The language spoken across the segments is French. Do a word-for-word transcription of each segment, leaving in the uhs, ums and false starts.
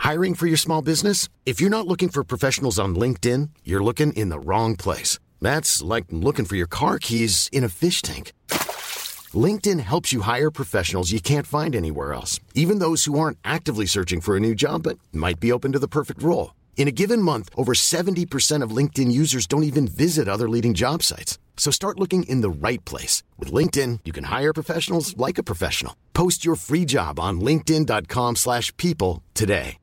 Hiring for your small business? If you're not looking for professionals on LinkedIn, you're looking in the wrong place. That's like looking for your car keys in a fish tank. LinkedIn helps you hire professionals you can't find anywhere else, even those who aren't actively searching for a new job but might be open to the perfect role. In a given month, over seventy percent of LinkedIn users don't even visit other leading job sites. So start looking in the right place. With LinkedIn, you can hire professionals like a professional. Post your free job on linkedin.com slash people today.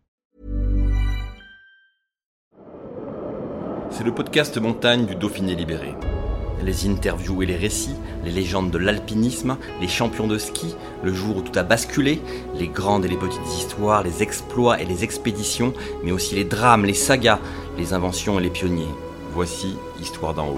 C'est le podcast montagne du Dauphiné Libéré. Les interviews et les récits, les légendes de l'alpinisme, les champions de ski, le jour où tout a basculé, les grandes et les petites histoires, les exploits et les expéditions, mais aussi les drames, les sagas, les inventions et les pionniers. Voici Histoire d'en haut.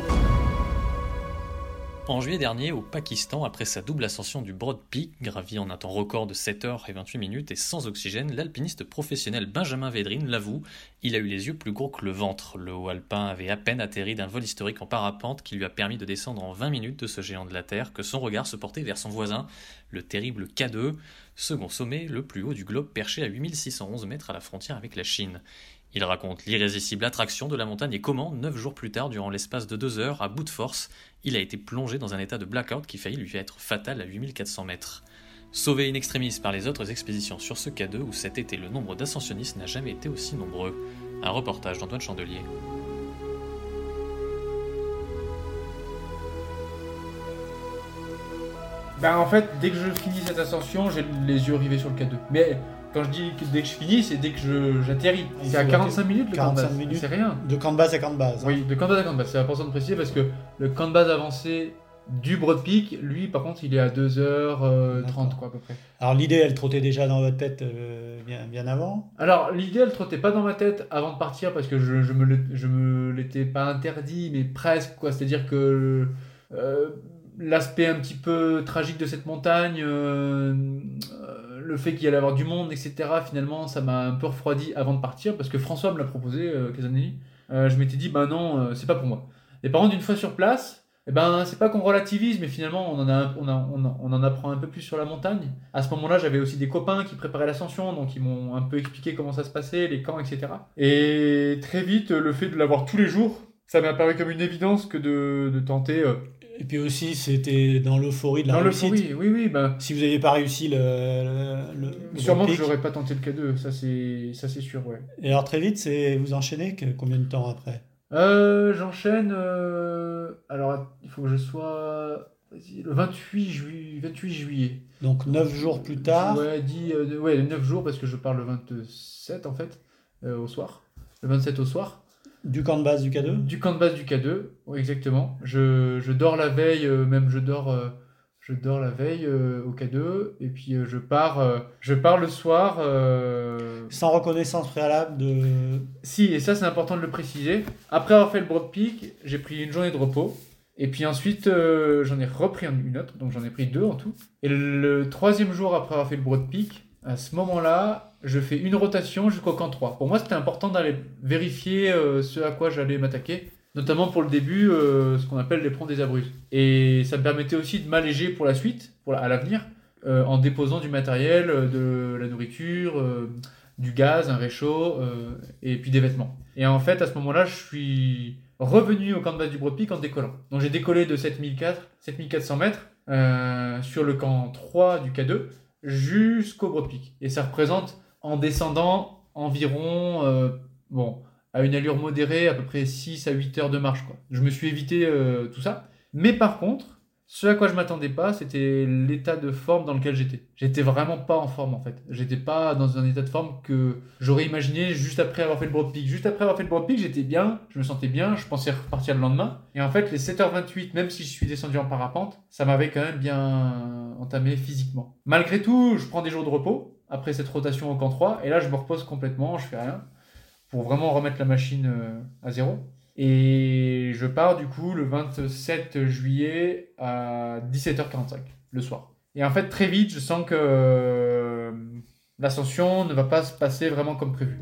En juillet dernier, au Pakistan, après sa double ascension du Broad Peak, gravi en un temps record de sept heures et vingt-huit minutes et sans oxygène, l'alpiniste professionnel Benjamin Védrine l'avoue, il a eu les yeux plus gros que le ventre. Le haut alpin avait à peine atterri d'un vol historique en parapente qui lui a permis de descendre en vingt minutes de ce géant de la Terre que son regard se portait vers son voisin, le terrible K deux, second sommet le plus haut du globe perché à huit mille six cent onze mètres à la frontière avec la Chine. Il raconte l'irrésistible attraction de la montagne et comment, neuf jours plus tard, durant l'espace de deux heures, à bout de force, il a été plongé dans un état de blackout qui faillit lui être fatal à huit mille quatre cents mètres. Sauvé in extremis par les autres expéditions sur ce K deux où cet été le nombre d'ascensionnistes n'a jamais été aussi nombreux. Un reportage d'Antoine Chandelier. Ben en fait, dès que je finis cette ascension, j'ai les yeux rivés sur le K deux. Mais quand je dis que dès que je finis, c'est dès que je, j'atterris. Il c'est à faut quarante-cinq minutes le camp de quarante-cinq base. minutes. C'est rien. De camp de base à camp de base. hein. Oui, de camp de base à camp de base. C'est important de préciser parce que le camp de base avancé du Broad Peak, lui, par contre, il est à deux heures trente, D'accord. quoi, à peu près. Alors l'idée, elle trottait déjà dans votre tête euh, bien, bien avant. Alors, l'idée, elle trottait pas dans ma tête avant de partir parce que je, je me, l'ai- je me l'étais pas interdit, mais presque, quoi. C'est-à-dire que euh, l'aspect un petit peu tragique de cette montagne, euh, euh, le fait qu'il y allait avoir du monde, et cetera, finalement, ça m'a un peu refroidi avant de partir parce que François me l'a proposé, euh, Casanelli. Euh, je m'étais dit, bah non, euh, c'est pas pour moi. Et par contre, une fois sur place, eh ben, c'est pas qu'on relativise, mais finalement, on en, a, un- on, a- on, a- on en apprend un peu plus sur la montagne. À ce moment-là, j'avais aussi des copains qui préparaient l'ascension, donc ils m'ont un peu expliqué comment ça se passait, les camps, et cetera. Et très vite, le fait de l'avoir tous les jours, ça m'a paru comme une évidence que de, de tenter. euh, Et puis aussi, c'était dans l'euphorie de la dans réussite. l'euphorie, oui, oui, bah, Si vous n'aviez pas réussi le, le, le- le sûrement que pic. j'aurais pas tenté le K deux, ça c'est, ça c'est sûr, ouais. Et alors très vite, c'est vous enchaînez que- combien de temps après? Euh, j'enchaîne. euh, Alors, il faut que je sois. vas-y, Le vingt-huit, jui- vingt-huit juillet. Donc neuf jours plus tard. Ouais, dit, euh, ouais, neuf jours parce que je pars le vingt-sept en fait, euh, au soir. Le vingt-sept au soir. Du camp de base du K deux. Du camp de base du K deux, oui, exactement. Je, je dors la veille, euh, même je dors, euh, je dors la veille euh, au K deux et puis euh, je pars, euh, je pars le soir. euh, Sans reconnaissance préalable de. Si, et ça c'est important de le préciser. Après avoir fait le Broad Peak, j'ai pris une journée de repos. Et puis ensuite, euh, j'en ai repris une autre, donc j'en ai pris deux en tout. Et le troisième jour après avoir fait le Broad Peak, à ce moment-là, je fais une rotation jusqu'au camp trois. Pour moi, c'était important d'aller vérifier euh, ce à quoi j'allais m'attaquer, notamment pour le début, euh, ce qu'on appelle les ponts des Abruzzes. Et ça me permettait aussi de m'alléger pour la suite, pour la- à l'avenir, euh, en déposant du matériel, euh, de la nourriture, euh, du gaz, un réchaud, euh, et puis des vêtements. Et en fait, à ce moment-là, je suis revenu au camp de base du Broad Peak en décollant. Donc j'ai décollé de sept mille quatre cents mètres euh, sur le camp trois du K deux jusqu'au Broad Peak. Et ça représente, en descendant, environ, euh, bon, à une allure modérée, à peu près six à huit heures de marche, quoi. Je me suis évité euh, tout ça. Mais par contre, ce à quoi je m'attendais pas, c'était l'état de forme dans lequel j'étais. J'étais vraiment pas en forme en fait. J'étais pas dans un état de forme que j'aurais imaginé juste après avoir fait le Broad Peak. Juste après avoir fait le Broad Peak, j'étais bien, je me sentais bien, je pensais repartir le lendemain. Et en fait, les sept heures vingt-huit, même si je suis descendu en parapente, ça m'avait quand même bien entamé physiquement. Malgré tout, je prends des jours de repos après cette rotation au camp trois, et là je me repose complètement, je fais rien, pour vraiment remettre la machine euh, à zéro. Et je pars du coup le vingt-sept juillet à dix-sept heures quarante-cinq, le soir. Et en fait, très vite, je sens que euh, l'ascension ne va pas se passer vraiment comme prévu.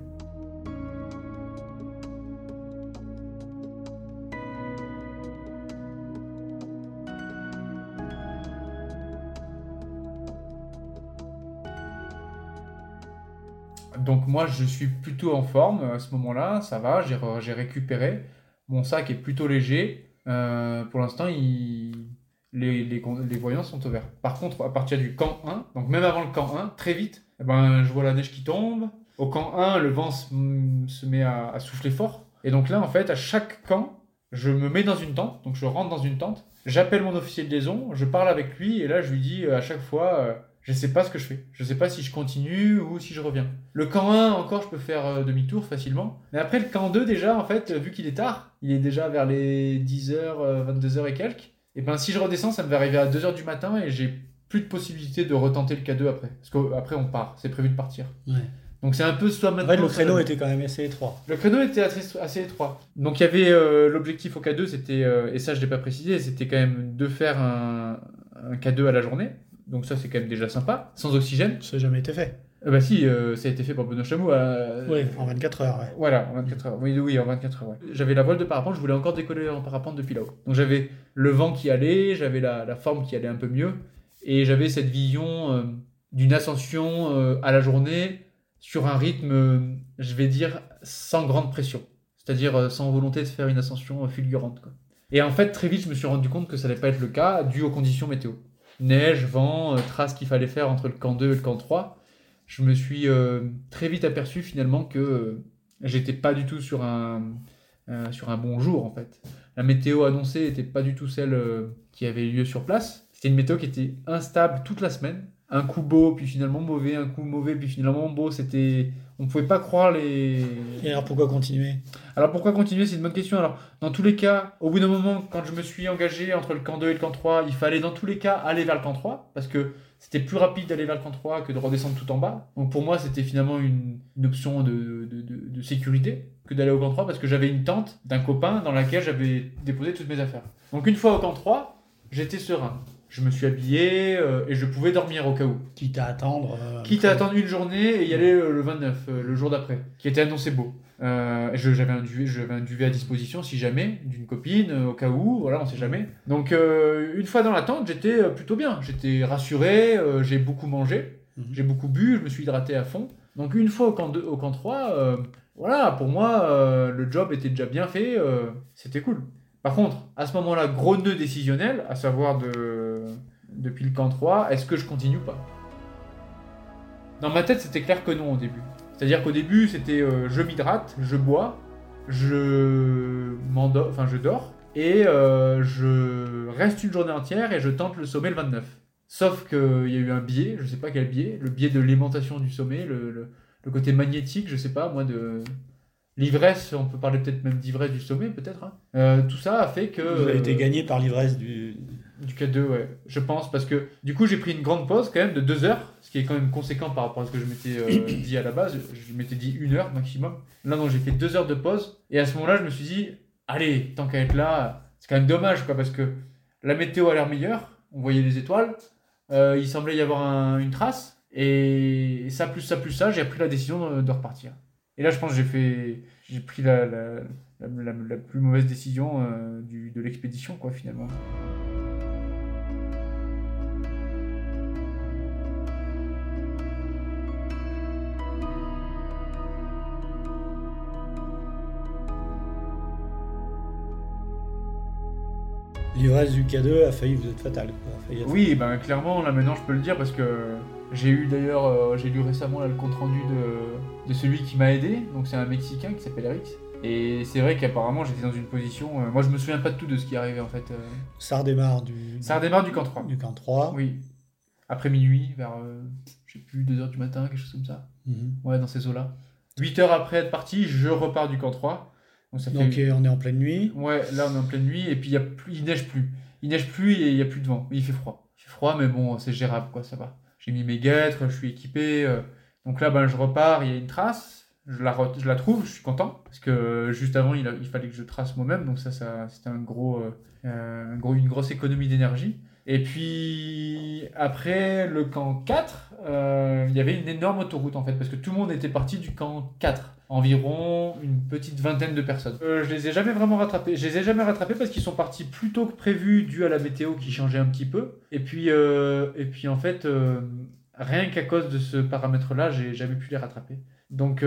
Donc moi, je suis plutôt en forme à ce moment-là, ça va, j'ai, re- j'ai récupéré. Mon sac est plutôt léger. Euh, pour l'instant, il... les, les, con- les voyants sont au vert. Par contre, à partir du camp un, donc même avant le camp un, très vite, eh ben, je vois la neige qui tombe. Au camp un, le vent se, se met à, à souffler fort. Et donc là, en fait, à chaque camp, je me mets dans une tente, donc je rentre dans une tente, j'appelle mon officier de liaison, je parle avec lui, et là, je lui dis euh, à chaque fois, euh, je sais pas ce que je fais. Je sais pas si je continue ou si je reviens. Le camp un, encore, je peux faire euh, demi-tour facilement. Mais après, le camp deux, déjà, en fait, euh, vu qu'il est tard, il est déjà vers les dix heures, euh, vingt-deux heures et quelques, et ben si je redescends, ça me va arriver à deux heures du matin, et j'ai plus de possibilité de retenter le K deux après. Parce qu'après, on part, c'est prévu de partir. Ouais. Donc c'est un peu soit En maintenant... fait, le soit créneau jamais. était quand même assez étroit. Le créneau était assez, assez étroit. Donc il y avait euh, l'objectif au K deux, c'était, euh, et ça je l'ai pas précisé, c'était quand même de faire un, un K deux à la journée. Donc ça c'est quand même déjà sympa, sans oxygène. Ça n'a jamais été fait. Euh, bah si, euh, ça a été fait par Benoît Chamou. Euh, Oui, en vingt-quatre heures, ouais. Voilà, en vingt-quatre heures. Oui, oui, en vingt-quatre heures, ouais. J'avais la voile de parapente, je voulais encore décoller en parapente depuis là-haut. Donc j'avais le vent qui allait, j'avais la, la forme qui allait un peu mieux, et j'avais cette vision euh, d'une ascension euh, à la journée sur un rythme, euh, je vais dire, sans grande pression. C'est-à-dire euh, sans volonté de faire une ascension euh, fulgurante, quoi. Et en fait, très vite, je me suis rendu compte que ça n'allait pas être le cas, dû aux conditions météo. Neige, vent, euh, traces qu'il fallait faire entre le camp deux et le camp trois. Je me suis euh, très vite aperçu finalement que euh, j'étais pas du tout sur un, euh, sur un bon jour, en fait. La météo annoncée n'était pas du tout celle euh, qui avait lieu sur place. C'était une météo qui était instable toute la semaine. Un coup beau, puis finalement mauvais, un coup mauvais, puis finalement beau. C'était... On ne pouvait pas croire les... Et alors pourquoi continuer? Alors pourquoi continuer? C'est une bonne question. Alors, dans tous les cas, au bout d'un moment, quand je me suis engagé entre le camp deux et le camp trois, il fallait dans tous les cas aller vers le camp trois, parce que c'était plus rapide d'aller vers le camp trois que de redescendre tout en bas. Donc pour moi, c'était finalement une, une option de, de, de, de sécurité que d'aller au camp trois, parce que j'avais une tente d'un copain dans laquelle j'avais déposé toutes mes affaires. Donc une fois au camp trois, j'étais serein. Je me suis habillé euh, et je pouvais dormir au cas où. Quitte à attendre. euh, Quitte à attendre une journée et y aller euh, le vingt-neuf, euh, le jour d'après, qui était annoncé beau. Euh, je- j'avais, un duvet, j'avais un duvet à disposition, si jamais, d'une copine, euh, au cas où, voilà, on sait jamais. Donc, euh, une fois dans la tente, j'étais euh, plutôt bien. J'étais rassuré, euh, j'ai beaucoup mangé, Mhm. j'ai beaucoup bu, je me suis hydraté à fond. Donc, une fois au camp deux, au camp trois, euh, voilà, pour moi, euh, le job était déjà bien fait, euh, c'était cool. Par contre, à ce moment-là, gros nœud décisionnel, à savoir de, depuis le camp trois, est-ce que je continue ou pas? Dans ma tête, c'était clair que non au début. C'est-à-dire qu'au début, c'était euh, je m'hydrate, je bois, je m'endors, enfin je dors, et euh, je reste une journée entière et je tente le sommet le vingt-neuf. Sauf qu'il y a eu un biais, je sais pas quel biais, le biais de l'aimantation du sommet, le, le, le côté magnétique, je sais pas, moi, de l'ivresse, on peut parler peut-être même d'ivresse du sommet, peut-être. Hein. Euh, tout ça a fait que... Vous avez été gagné par l'ivresse du. Du K deux, ouais, je pense, parce que du coup j'ai pris une grande pause quand même de deux heures, ce qui est quand même conséquent par rapport à ce que je m'étais euh, dit à la base. Je m'étais dit une heure maximum. Là, donc j'ai fait deux heures de pause, et à ce moment-là, je me suis dit, allez, tant qu'à être là, c'est quand même dommage, quoi, parce que la météo a l'air meilleure, on voyait les étoiles, euh, il semblait y avoir un- une trace, et ça plus ça plus ça, j'ai pris la décision de, de repartir. Et là, je pense que j'ai fait, j'ai pris la, la, la, la- la plus mauvaise décision euh, du, de l'expédition, quoi, finalement. L'ivresse du K deux a failli vous être fatale. quoi. A failli être- Oui, ben clairement, là maintenant je peux le dire parce que j'ai eu d'ailleurs, euh, j'ai lu récemment là, le compte rendu de, de celui qui m'a aidé, donc c'est un Mexicain qui s'appelle Eric. Et c'est vrai qu'apparemment j'étais dans une position, euh, moi je me souviens pas de tout de ce qui est arrivé en fait. euh. Ça redémarre du. Ça redémarre du camp trois. Du camp trois. Oui. Après minuit, vers, euh, je sais plus, deux heures du matin, quelque chose comme ça. Mhm. Ouais, dans ces eaux-là. huit heures après être parti, je repars du camp trois. Donc ça fait... Donc euh, on est en pleine nuit. Ouais, là on est en pleine nuit et puis il y a plus, il neige plus. Il neige plus et il y a plus de vent. Il fait froid. Il fait froid mais bon, c'est gérable quoi, ça va. J'ai mis mes guêtres, je suis équipé. euh. Donc là ben je repars, il y a une trace, je la re- je la trouve, je suis content parce que euh, juste avant il, a- il fallait que je trace moi-même donc ça ça c'était un gros euh, euh, un gros une grosse économie d'énergie. Et puis après le camp quatre, euh, il y avait une énorme autoroute en fait parce que tout le monde était parti du camp quatre. Environ une petite vingtaine de personnes. Euh, je les ai jamais vraiment rattrapés. Je les ai jamais rattrapés parce qu'ils sont partis plus tôt que prévu dû à la météo qui changeait un petit peu. Et puis, euh, et puis en fait, euh, rien qu'à cause de ce paramètre-là, j'ai jamais pu les rattraper. Donc,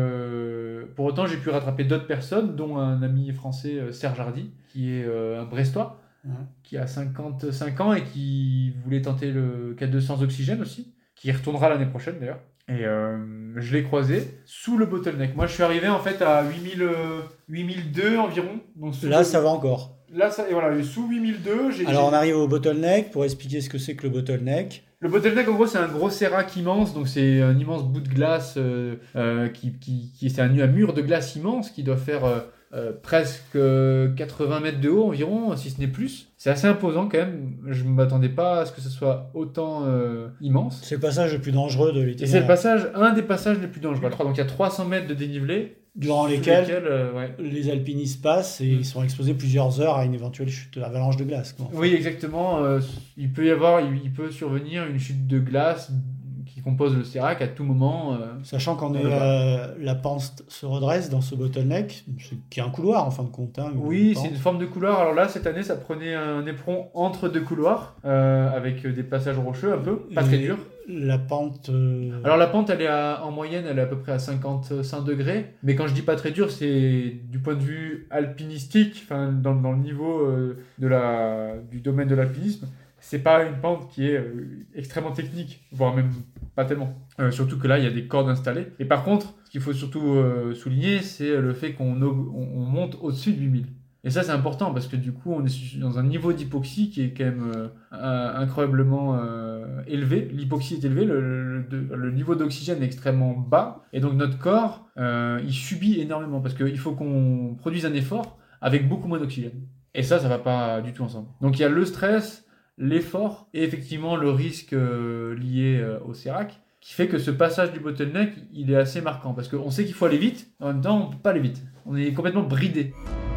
euh, pour autant, j'ai pu rattraper d'autres personnes, dont un ami français, euh, Serge Hardy, qui est euh, un Brestois, Ouais. qui a cinquante-cinq ans et qui voulait tenter le K deux sans oxygène aussi, qui y retournera l'année prochaine d'ailleurs. Et euh, je l'ai croisé sous le bottleneck. Moi, je suis arrivé en fait à huit mille, euh, huit mille deux environ. Donc sous Là, le- ça va encore. Là, ça, et voilà, sous huit mille deux, j'ai... Alors, on j'ai- arrive au bottleneck. Pour expliquer ce que c'est que le bottleneck. Le bottleneck, en gros, c'est un gros sérac immense, donc c'est un immense bout de glace, euh, euh, qui, qui, qui c'est un, un mur de glace immense qui doit faire euh, euh, presque euh, quatre-vingts mètres de haut environ, si ce n'est plus. C'est assez imposant quand même, je ne m'attendais pas à ce que ce soit autant euh, immense. C'est le passage le plus dangereux de Et c'est le l'itinéraire. passage, un des passages les plus dangereux. Donc il y a trois cents mètres de dénivelé, Durant sous lesquels euh, ouais. les alpinistes passent et Mm. ils sont exposés plusieurs heures à une éventuelle chute, avalanche de glace. Quoi. Oui, exactement. euh, il peut y avoir, il, il peut survenir une chute de glace qui compose le sérac à tout moment. euh, Sachant qu'en est, Ouais, euh, la pente se redresse dans ce bottleneck, ce qui est un couloir en fin de compte. Hein, Oui, une c'est pente. une forme de couloir. Alors là, cette année, ça prenait un éperon entre deux couloirs, euh, avec des passages rocheux un peu, pas très Et durs. La pente. euh, Alors la pente, elle est à- en moyenne, elle est à peu près à cinquante-cinq degrés. Mais quand je dis pas très dur, c'est du point de vue alpinistique, enfin dans, dans le niveau euh, de la, du domaine de l'alpinisme. C'est pas une pente qui est euh, extrêmement technique, voire même pas tellement. Euh, surtout que là, il y a des cordes installées. Et par contre, ce qu'il faut surtout euh, souligner, c'est le fait qu'on au- on, on monte au-dessus de huit mille. Et ça, c'est important parce que du coup, on est su- dans un niveau d'hypoxie qui est quand même euh, euh, incroyablement euh, élevé. L'hypoxie est élevée, le, le- de- le niveau d'oxygène est extrêmement bas. Et donc, notre corps, euh, il subit énormément parce qu'il faut qu'on produise un effort avec beaucoup moins d'oxygène. Et ça, ça va pas du tout ensemble. Donc, il y a le stress, l'effort et effectivement le risque euh, lié euh, au sérac qui fait que ce passage du bottleneck, il est assez marquant parce qu'on sait qu'il faut aller vite, en même temps, on peut pas aller vite. On est complètement bridé.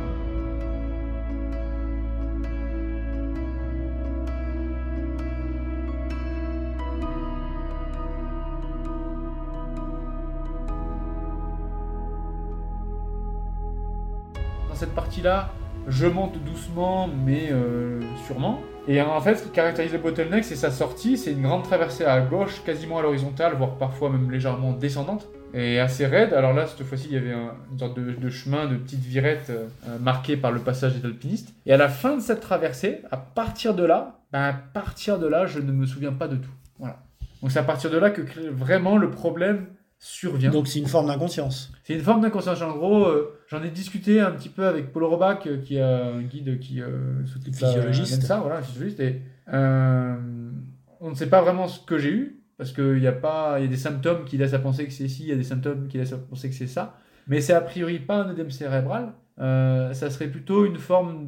Dans cette partie-là, je monte doucement, mais euh, sûrement. Et en fait, ce qui caractérise le bottleneck, c'est sa sortie. C'est une grande traversée à gauche, quasiment à l'horizontale, voire parfois même légèrement descendante, et assez raide. Alors là, cette fois-ci, il y avait un- une sorte de, de chemin, de petite virette euh, euh, marquée par le passage des alpinistes. Et à la fin de cette traversée, à partir de là, ben, à partir de là, je ne me souviens pas de tout. Voilà. Donc c'est à partir de là que crée- vraiment le problème survient. Donc c'est une forme d'inconscience. C'est une forme d'inconscience. En gros, euh, j'en ai discuté un petit peu avec Paul Robach, euh, qui est un guide qui euh, s'occupe de la- Physiologiste. l'E N S A, voilà, un physiologiste. Et euh, on ne sait pas vraiment ce que j'ai eu, parce qu'il y a pas, il y a des symptômes qui laissent à penser que c'est ci, il y a des symptômes qui laissent à penser que c'est ça. Mais c'est a priori pas un œdème cérébral. Euh, ça serait plutôt une forme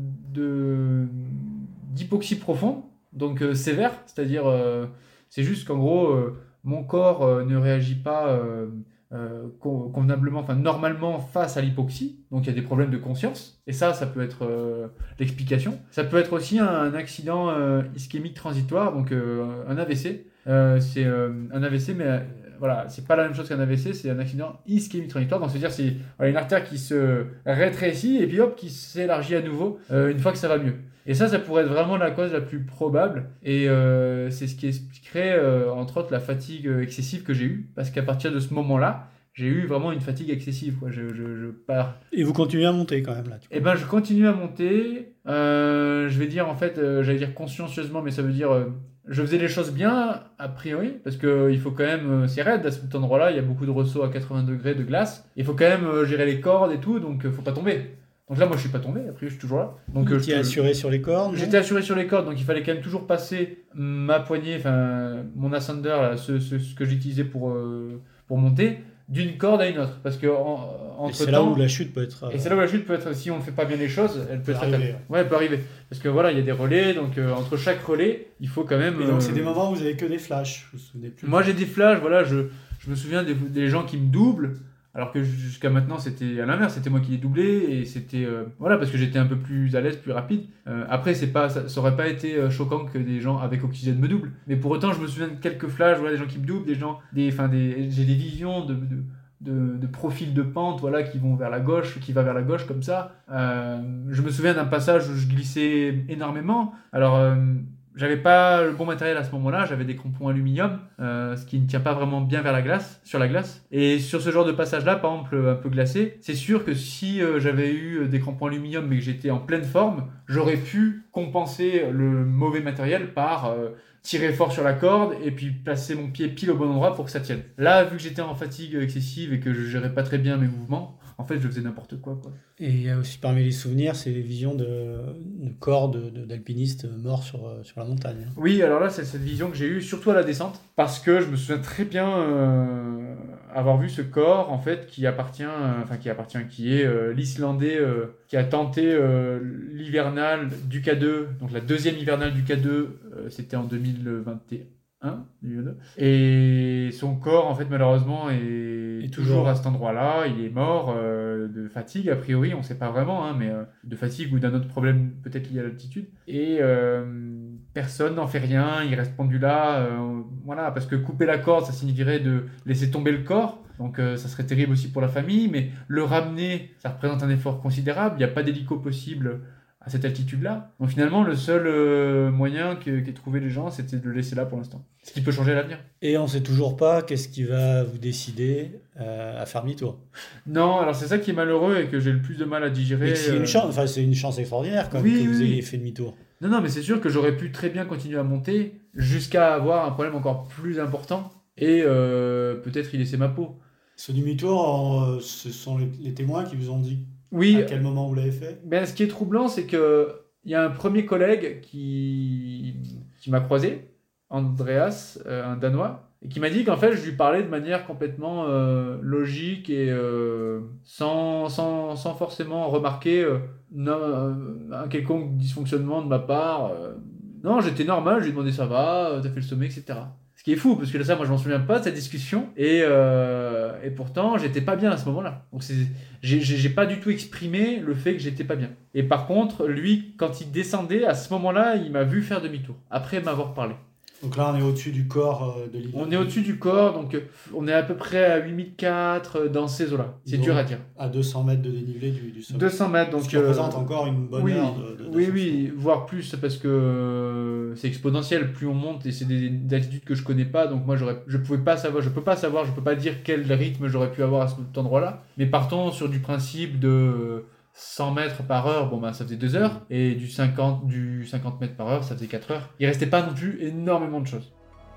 de d'hypoxie profonde, donc euh, sévère, c'est-à-dire euh, c'est juste qu'en gros euh, mon corps euh, ne réagit pas euh, euh, con- convenablement, enfin normalement face à l'hypoxie, donc il y a des problèmes de conscience, et ça, ça peut être euh, l'explication. Ça peut être aussi un, un accident euh, ischémique transitoire, donc euh, un A V C. Euh, c'est euh, un A V C, mais euh, voilà, c'est pas la même chose qu'un A V C, c'est un accident ischémique transitoire, donc c'est-à-dire c'est voilà, une artère qui se rétrécit et puis hop, qui s'élargit à nouveau euh, une fois que ça va mieux. Et ça, ça pourrait être vraiment la cause la plus probable. Et euh, c'est ce qui expliquerait, euh, entre autres, la fatigue euh, excessive que j'ai eue. Parce qu'à partir de ce moment-là, j'ai eu vraiment une fatigue excessive. Quoi. Je, je, je pars. Et vous continuez à monter quand même là. Et ben, je continue à monter. Euh, je vais dire, en fait, euh, j'allais dire consciencieusement, mais ça veut dire... euh, je faisais les choses bien, a priori, parce qu'il faut quand même... euh, c'est raide, à cet endroit-là, il y a beaucoup de ressauts à quatre-vingts degrés de glace. Il faut quand même euh, gérer les cordes et tout, donc euh, faut pas tomber. Donc là, moi, je suis pas tombé, après, je suis toujours là. Donc, Vous euh, étiez je- assuré sur les cordes. non J'étais assuré sur les cordes, donc il fallait quand même toujours passer ma poignée, enfin mon ascender, là, ce, ce, ce que j'utilisais pour, euh, pour monter, d'une corde à une autre. Parce que en- Et entre c'est temps, là où la chute peut être. euh, et c'est là où la chute peut être, si on ne fait pas bien les choses, elle peut Peut être arriver, fatale. Ouais, elle peut arriver. Parce que voilà, il y a des relais, donc euh, entre chaque relais, il faut quand même. Et donc c'est euh, des moments où vous avez que des flashs. Vous vous souvenez plus. Moi j'ai des flashs, voilà, je, je me souviens des, des gens qui me doublent. Alors que jusqu'à maintenant, c'était à l'inverse, c'était moi qui les doublais, et c'était... euh, voilà, parce que j'étais un peu plus à l'aise, plus rapide. Euh, après, c'est pas, ça, ça aurait pas été euh, choquant que des gens avec oxygène me doublent. Mais pour autant, je me souviens de quelques flashs, voilà, des gens qui me doublent, des gens... Des, enfin, des, j'ai des visions de... de de, de profils de pente, voilà, qui vont vers la gauche, qui va vers la gauche comme ça. Euh, je me souviens d'un passage où je glissais énormément. Alors, euh, j'avais pas le bon matériel à ce moment-là, j'avais des crampons aluminium, euh, ce qui ne tient pas vraiment bien vers la glace, sur la glace. Et sur ce genre de passage-là, par exemple un peu glacé, c'est sûr que si euh, j'avais eu des crampons aluminium mais que j'étais en pleine forme, j'aurais pu compenser le mauvais matériel par euh, tirer fort sur la corde et puis placer mon pied pile au bon endroit pour que ça tienne. Là, vu que j'étais en fatigue excessive et que je gérais pas très bien mes mouvements, en fait, je faisais n'importe quoi, quoi. Et il y a aussi parmi les souvenirs, c'est les visions de, de corps de, de, d'alpinistes morts sur, sur la montagne. Oui, alors là, c'est cette vision que j'ai eue, surtout à la descente, parce que je me souviens très bien euh, avoir vu ce corps, en fait, qui appartient, euh, enfin, qui appartient, qui est euh, l'Islandais euh, qui a tenté euh, l'hivernale du K deux, donc la deuxième hivernale du K deux, euh, c'était en deux mille vingt et un, et son corps, en fait, malheureusement, est, Et toujours toujours à cet endroit-là. Il est mort euh, de fatigue, a priori, on ne sait pas vraiment, hein, mais euh, de fatigue ou d'un autre problème peut-être lié à l'altitude. Et euh, personne n'en fait rien, il reste pendu là, euh, voilà, parce que couper la corde, ça signifierait de laisser tomber le corps. Donc euh, ça serait terrible aussi pour la famille, mais le ramener, ça représente un effort considérable. Il n'y a pas d'hélico possible à cette altitude-là. Donc finalement, le seul euh, moyen que, qu'aient trouvé les gens, c'était de le laisser là pour l'instant. Ce qui peut changer à l'avenir. Et on ne sait toujours pas qu'est-ce qui va vous décider euh, à faire demi-tour. Non, alors c'est ça qui est malheureux et que j'ai le plus de mal à digérer. Mais c'est euh... une chance, enfin c'est une chance extraordinaire quand même Oui, que oui, vous ayez oui. fait demi-tour. Non, non, mais c'est sûr que j'aurais pu très bien continuer à monter jusqu'à avoir un problème encore plus important et euh, peut-être y laisser ma peau. Ce demi-tour, euh, ce sont les, les témoins qui vous ont dit Oui. à quel moment vous l'avez fait. Ben, ce qui est troublant, c'est que il y a un premier collègue qui, qui m'a croisé, Andreas, euh, un Danois, et qui m'a dit qu'en fait, je lui parlais de manière complètement euh, logique et euh, sans, sans, sans forcément remarquer euh, non, euh, un quelconque dysfonctionnement de ma part. Euh. Non, j'étais normal, je lui ai demandé ça va, t'as fait le sommet, et cetera. Ce qui est fou, parce que ça, moi, je m'en souviens pas de cette discussion, et, euh, et pourtant, j'étais pas bien à ce moment-là. Donc, c'est, j'ai, j'ai pas du tout exprimé le fait que j'étais pas bien. Et par contre, lui, quand il descendait, à ce moment-là, il m'a vu faire demi-tour, après m'avoir parlé. Donc là, on est au-dessus du corps euh, de l'île. On est au-dessus du corps, donc euh, on est à peu près à huit mille quatre euh, dans ces eaux-là. C'est Donc, dur à dire. À deux cents mètres de dénivelé du, du sommet. deux cents mètres, donc... Ce qui représente encore une bonne oui, heure de, de, de Oui, oui, voire plus, parce que euh, c'est exponentiel. Plus on monte, et c'est des, des altitudes que je connais pas, donc moi, j'aurais, je pouvais pas savoir, je peux pas savoir, je peux pas dire quel rythme j'aurais pu avoir à cet endroit-là. Mais partons sur du principe de cent mètres par heure, bon bah ça faisait deux heures, et du cinquante, du cinquante mètres par heure, ça faisait quatre heures. Il restait pas non plus énormément de choses.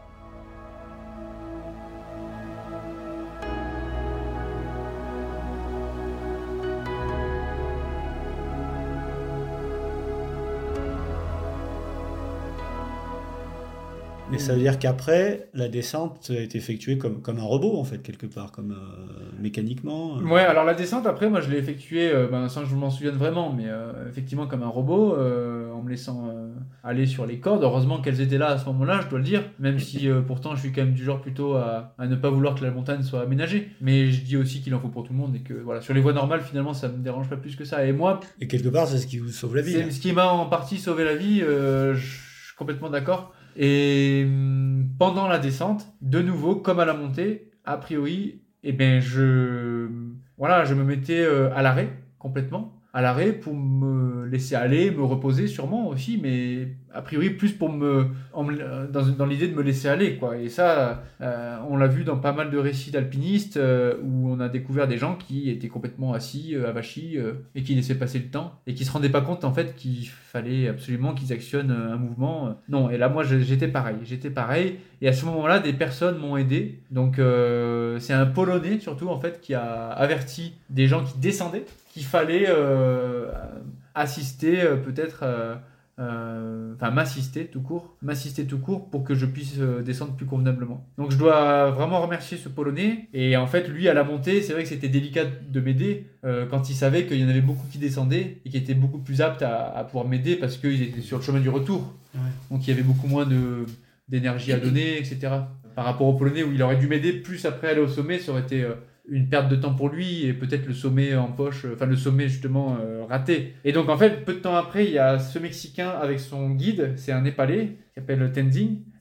Mais ça veut dire qu'après, la descente est effectuée comme, comme un robot, en fait, quelque part, comme euh, mécaniquement. Euh. Ouais, alors la descente, après, moi, je l'ai effectuée, euh, ben, sans que je m'en souvienne vraiment, mais euh, effectivement comme un robot, euh, en me laissant euh, aller sur les cordes. Heureusement qu'elles étaient là à ce moment-là, je dois le dire, même si euh, pourtant je suis quand même du genre plutôt à, à ne pas vouloir que la montagne soit aménagée. Mais je dis aussi qu'il en faut pour tout le monde et que voilà, sur les voies normales, finalement, ça me dérange pas plus que ça. Et moi, Et quelque part, c'est ce qui vous sauve la vie. c'est ce qui m'a en partie sauvé la vie, euh, je suis complètement d'accord. Et hum, pendant la descente, de nouveau, comme à la montée, a priori, eh ben je, voilà, je me mettais euh, à l'arrêt complètement, à l'arrêt pour me laisser aller, me reposer sûrement aussi, mais a priori plus pour me, en me- dans, dans l'idée de me laisser aller, quoi. Et ça, euh, on l'a vu dans pas mal de récits d'alpinistes euh, où on a découvert des gens qui étaient complètement assis, euh, avachis, euh, et qui laissaient passer le temps et qui se rendaient pas compte en fait qu'il fallait absolument qu'ils actionnent euh, un mouvement. Non, et là moi je- j'étais pareil, j'étais pareil. Et à ce moment-là, des personnes m'ont aidé. Donc euh, c'est un Polonais surtout en fait qui a averti des gens qui descendaient qu'il fallait euh, assister euh, peut-être. euh, euh, enfin m'assister tout court, m'assister tout court pour que je puisse euh, descendre plus convenablement. Donc je dois vraiment remercier ce Polonais et en fait lui à la montée c'est vrai que c'était délicat de m'aider euh, quand il savait qu'il y en avait beaucoup qui descendaient et qui étaient beaucoup plus aptes à, à pouvoir m'aider parce qu'ils étaient sur le chemin du retour. Ouais. Donc il y avait beaucoup moins de, d'énergie à donner, et cetera. Par rapport au Polonais où il aurait dû m'aider plus après aller au sommet, ça aurait été euh, une perte de temps pour lui et peut-être le sommet en poche, euh, enfin le sommet justement euh, raté. Et donc en fait, peu de temps après, il y a ce Mexicain avec son guide, c'est un Népalais, qui s'appelle Tenzing,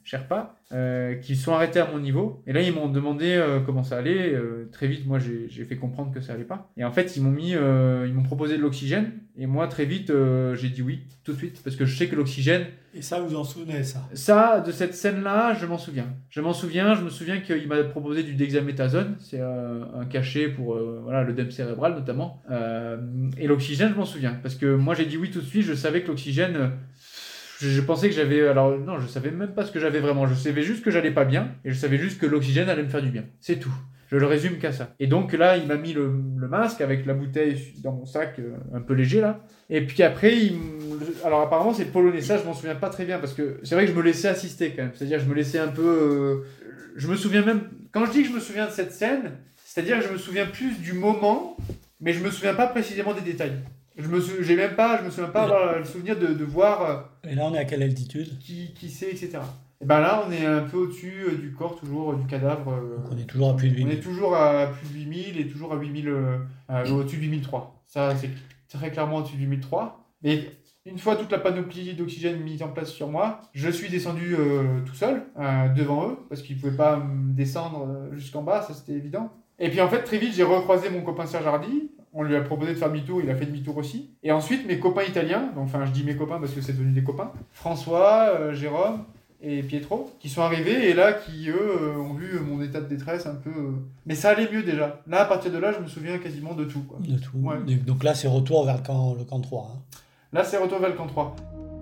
Sherpas, euh, qui sont arrêtés à mon niveau. Et là, ils m'ont demandé euh, comment ça allait. Euh, très vite, moi, j'ai, j'ai fait comprendre que ça allait pas. Et en fait, ils m'ont mis, euh, ils m'ont proposé de l'oxygène. Et moi, très vite, euh, j'ai dit oui, tout de suite, parce que je sais que l'oxygène. Et ça, vous en souvenez, ça? Ça, de cette scène-là, je m'en souviens. Je m'en souviens, je me souviens qu'il m'a proposé du dexaméthasone, c'est euh, un cachet pour euh, voilà, l'œdème cérébral notamment. Euh, et l'oxygène, je m'en souviens, parce que moi j'ai dit oui tout de suite, je savais que l'oxygène, euh, je, je pensais que j'avais... Alors non, je savais même pas ce que j'avais vraiment, je savais juste que j'allais pas bien, et je savais juste que l'oxygène allait me faire du bien. C'est tout. Je le résume qu'à ça. Et donc là, il m'a mis le, le masque avec la bouteille dans mon sac, euh, un peu léger là. Et puis après, il m... alors apparemment c'est polonais, ça je m'en souviens pas très bien parce que c'est vrai que je me laissais assister quand même. C'est-à-dire je me laissais un peu... Euh... Je me souviens même... Quand je dis que je me souviens de cette scène, c'est-à-dire que je me souviens plus du moment, mais je me souviens pas précisément des détails. Je me sou... j'ai même pas, je me souviens pas avoir le souvenir de, de voir... Euh... Et là on est à quelle altitude? Qui, qui c'est, et cetera. Et ben là, on est un peu au-dessus euh, du corps, toujours, euh, du cadavre. Euh, Donc on est toujours à plus de huit mille. On est toujours à plus de huit mille et toujours à huit mille, euh, euh, au-dessus de huit mille trois. Ça, c'est très clairement au-dessus de huit mille trois. Mais une fois toute la panoplie d'oxygène mise en place sur moi, je suis descendu euh, tout seul, euh, devant eux, parce qu'ils ne pouvaient pas me descendre jusqu'en bas, ça c'était évident. Et puis en fait, très vite, j'ai recroisé mon copain Serge Hardy. On lui a proposé de faire demi-tour, il a fait demi-tour aussi. Et ensuite, mes copains italiens, donc, enfin je dis mes copains parce que c'est devenu des copains, François, euh, Jérôme et Pietro, qui sont arrivés et là, qui eux euh, ont vu mon état de détresse un peu... Euh... Mais ça allait mieux déjà. Là, à partir de là, je me souviens quasiment de tout. Quoi. De tout. Ouais. Donc là, c'est retour vers le camp, le camp trois. Hein. Là, c'est retour vers le camp trois.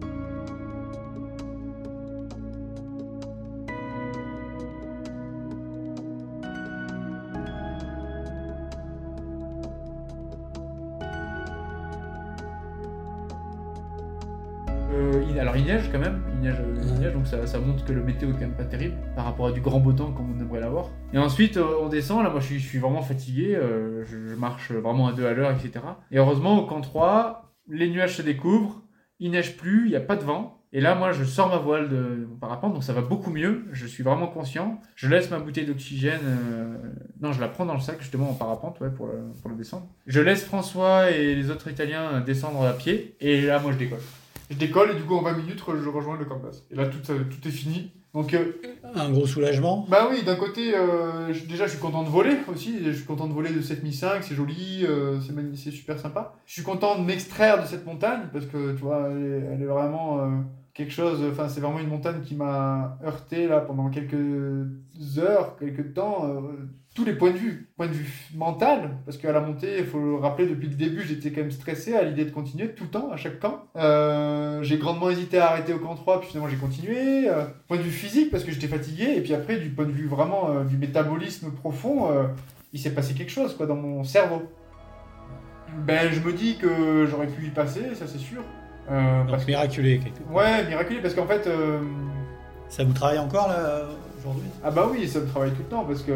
Euh, il, alors il neige quand même, il neige, il neige donc ça, ça montre que le météo est quand même pas terrible par rapport à du grand beau temps comme on aimerait l'avoir. Et ensuite euh, on descend, là moi je suis, je suis vraiment fatigué, euh, je, je marche vraiment à deux à l'heure, et cetera. Et heureusement au camp trois, les nuages se découvrent, il neige plus, il n'y a pas de vent. Et là moi je sors ma voile de mon parapente, donc ça va beaucoup mieux, je suis vraiment conscient. Je laisse ma bouteille d'oxygène, euh... non je la prends dans le sac justement en parapente ouais, pour, le, pour le descendre. Je laisse François et les autres Italiens descendre à pied, et là moi je décolle. Je décolle et du coup en vingt minutes je rejoins le camp de base. Et là tout, tout est fini. Donc, euh, un gros soulagement. Bah oui, d'un côté, euh, je, déjà je suis content de voler aussi. Je suis content de voler de sept mille cinq, c'est joli, euh, c'est, c'est super sympa. Je suis content de m'extraire de cette montagne parce que tu vois, elle est, elle est vraiment euh, quelque chose. Enfin, c'est vraiment une montagne qui m'a heurté là pendant quelques heures, quelques temps. Euh, tous les points de vue, point de vue mental, parce qu'à la montée, il faut le rappeler, depuis le début, j'étais quand même stressé à l'idée de continuer tout le temps, à chaque camp. Euh, j'ai grandement hésité à arrêter au camp trois, puis finalement j'ai continué. Euh, point de vue physique, parce que j'étais fatigué, et puis après, du point de vue vraiment euh, du métabolisme profond, euh, il s'est passé quelque chose quoi, dans mon cerveau. Ben, je me dis que j'aurais pu y passer, ça c'est sûr. Euh, Donc parce miraculé, quelque part. Ouais, miraculé, parce qu'en fait... Euh... Ça vous travaille encore là aujourd'hui? Ah bah oui, ça me travaille tout le temps parce que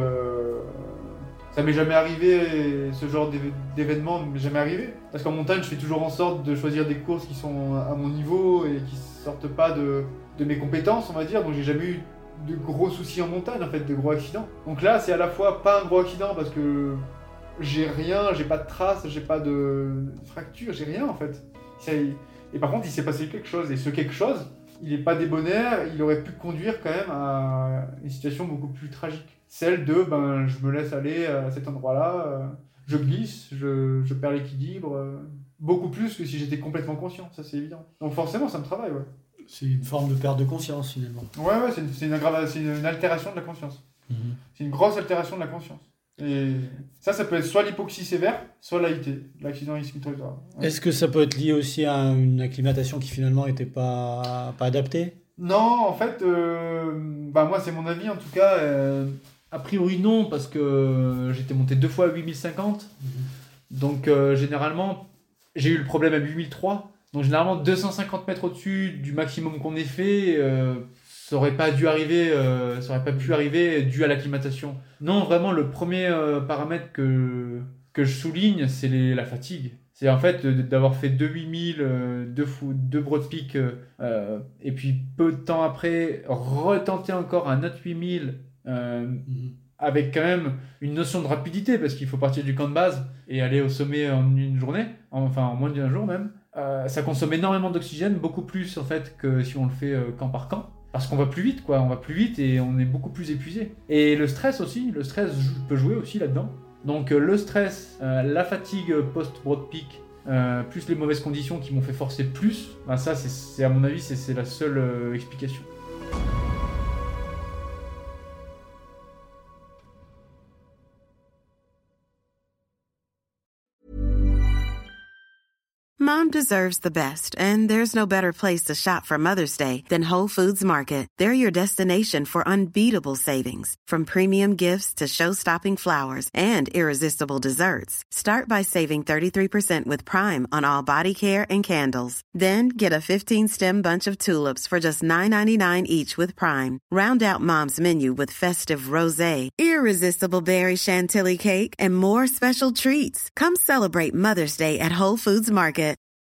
ça m'est jamais arrivé, ce genre d'événement ne m'est jamais arrivé. Parce qu'en montagne, je fais toujours en sorte de choisir des courses qui sont à mon niveau et qui sortent pas de, de mes compétences, on va dire. Donc j'ai jamais eu de gros soucis en montagne, en fait, de gros accidents. Donc là, c'est à la fois pas un gros accident parce que j'ai rien, j'ai pas de traces, j'ai pas de fracture, j'ai rien en fait. Et par contre, il s'est passé quelque chose et ce quelque chose, il n'est pas débonnaire, il aurait pu conduire quand même à une situation beaucoup plus tragique. Celle de, ben, je me laisse aller à cet endroit-là, euh, je glisse, je, je perds l'équilibre, euh, beaucoup plus que si j'étais complètement conscient, ça c'est évident. Donc forcément, ça me travaille, ouais. C'est une forme de perte de conscience, finalement. Ouais, ouais, c'est une, c'est une, aggrava- c'est une, une altération de la conscience. Mmh. C'est une grosse altération de la conscience. Et ça, ça peut être soit l'hypoxie sévère, soit l'A I T, l'accident ischémique rétrograde. Ouais. Est-ce que ça peut être lié aussi à une acclimatation qui finalement n'était pas, pas adaptée? Non, en fait, euh, bah moi c'est mon avis en tout cas. Euh, a priori non, parce que j'étais monté deux fois à huit mille cinquante. Mmh. Donc euh, généralement, j'ai eu le problème à huit mille trois. Donc généralement deux cent cinquante mètres au-dessus du maximum qu'on ait fait. Euh, ça aurait pas dû arriver, euh, ça aurait pas pu arriver dû à l'acclimatation. Non, vraiment, le premier euh, paramètre que, que je souligne, c'est les, la fatigue. C'est en fait d'avoir fait deux huit mille, euh, deux, deux Broad Peak, euh, et puis peu de temps après, retenter encore un autre huit mille, euh, mm-hmm. avec quand même une notion de rapidité, parce qu'il faut partir du camp de base et aller au sommet en une journée, enfin en moins d'un jour même. Euh, ça consomme énormément d'oxygène, beaucoup plus en fait que si on le fait euh, camp par camp. parce qu'on va plus vite, quoi. On va plus vite et on est beaucoup plus épuisé. Et le stress aussi, le stress peut jouer aussi là-dedans. Donc euh, le stress, euh, la fatigue post-broad peak, euh, plus les mauvaises conditions qui m'ont fait forcer plus, bah ça, c'est, c'est à mon avis, c'est, c'est la seule euh, explication. Mom deserves the best, and there's no better place to shop for Mother's Day than Whole Foods Market. They're your destination for unbeatable savings, from premium gifts to show-stopping flowers and irresistible desserts. Start by saving thirty-three percent with Prime on all body care and candles. Then get a fifteen-stem bunch of tulips for just nine ninety-nine each with Prime. Round out Mom's menu with festive rosé, irresistible berry chantilly cake, and more special treats. Come celebrate Mother's Day at Whole Foods Market.